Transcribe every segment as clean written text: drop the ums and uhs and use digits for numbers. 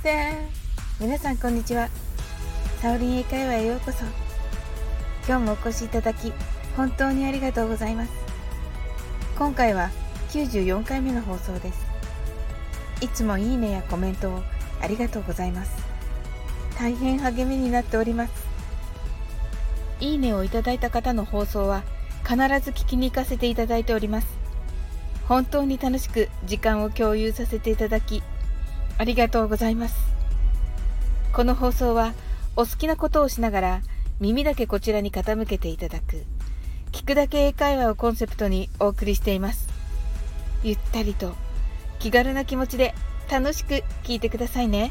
せん。皆さんこんにちは。サオリン英会話へようこそ。今日もお越しいただき本当にありがとうございます。今回は94回目の放送です。いつもいいねやコメントをありがとうございます。大変励みになっております。いいねをいただいた方の放送は必ず聞きに行かせていただいております。本当に楽しく時間を共有させていただきありがとうございます。この放送はお好きなことをしながら耳だけこちらに傾けていただく聞くだけ英会話をコンセプトにお送りしています。ゆったりと気軽な気持ちで楽しく聞いてくださいね。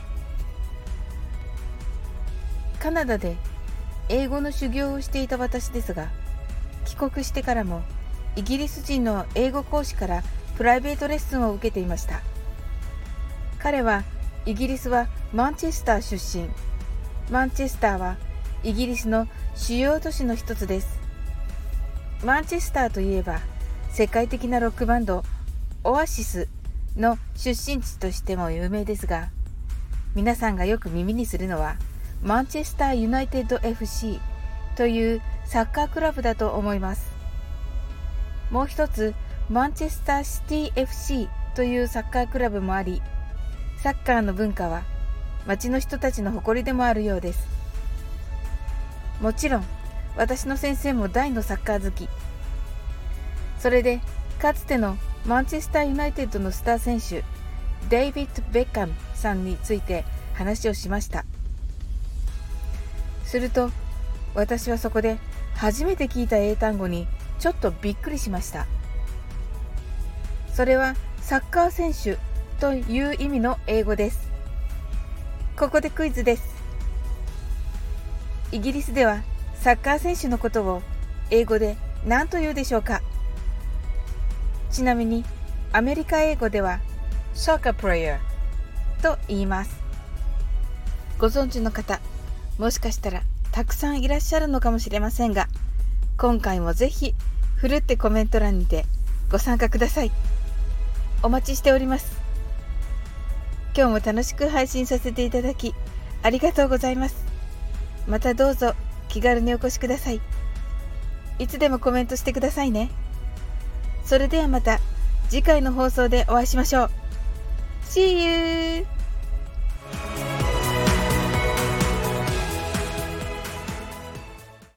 カナダで英語の修行をしていた私ですが、帰国してからもイギリス人の英語講師からプライベートレッスンを受けていました。彼はイギリスはマンチェスター出身。マンチェスターはイギリスの主要都市の一つです。マンチェスターといえば世界的なロックバンドオアシスの出身地としても有名ですが、皆さんがよく耳にするのはマンチェスターユナイテッド FC というサッカークラブだと思います。もう一つマンチェスターシティ FC というサッカークラブもあり、サッカーの文化は町の人たちの誇りでもあるようです。もちろん私の先生も大のサッカー好き。それでかつてのマンチェスターユナイテッドのスター選手デイビッド・ベッカムさんについて話をしました。すると私はそこで初めて聞いた英単語にちょっとびっくりしました。それはサッカー選手という意味の英語です。ここでクイズです。イギリスではサッカー選手のことを英語で何と言うでしょうか。ちなみにアメリカ英語では Soccer Player と言います。ご存知の方、もしかしたらたくさんいらっしゃるのかもしれませんが、今回もぜひふるってコメント欄にてご参加ください。お待ちしております。今日も楽しく配信させていただきありがとうございます。またどうぞ気軽にお越しください。いつでもコメントしてくださいね。それではまた次回の放送でお会いしましょう。See you!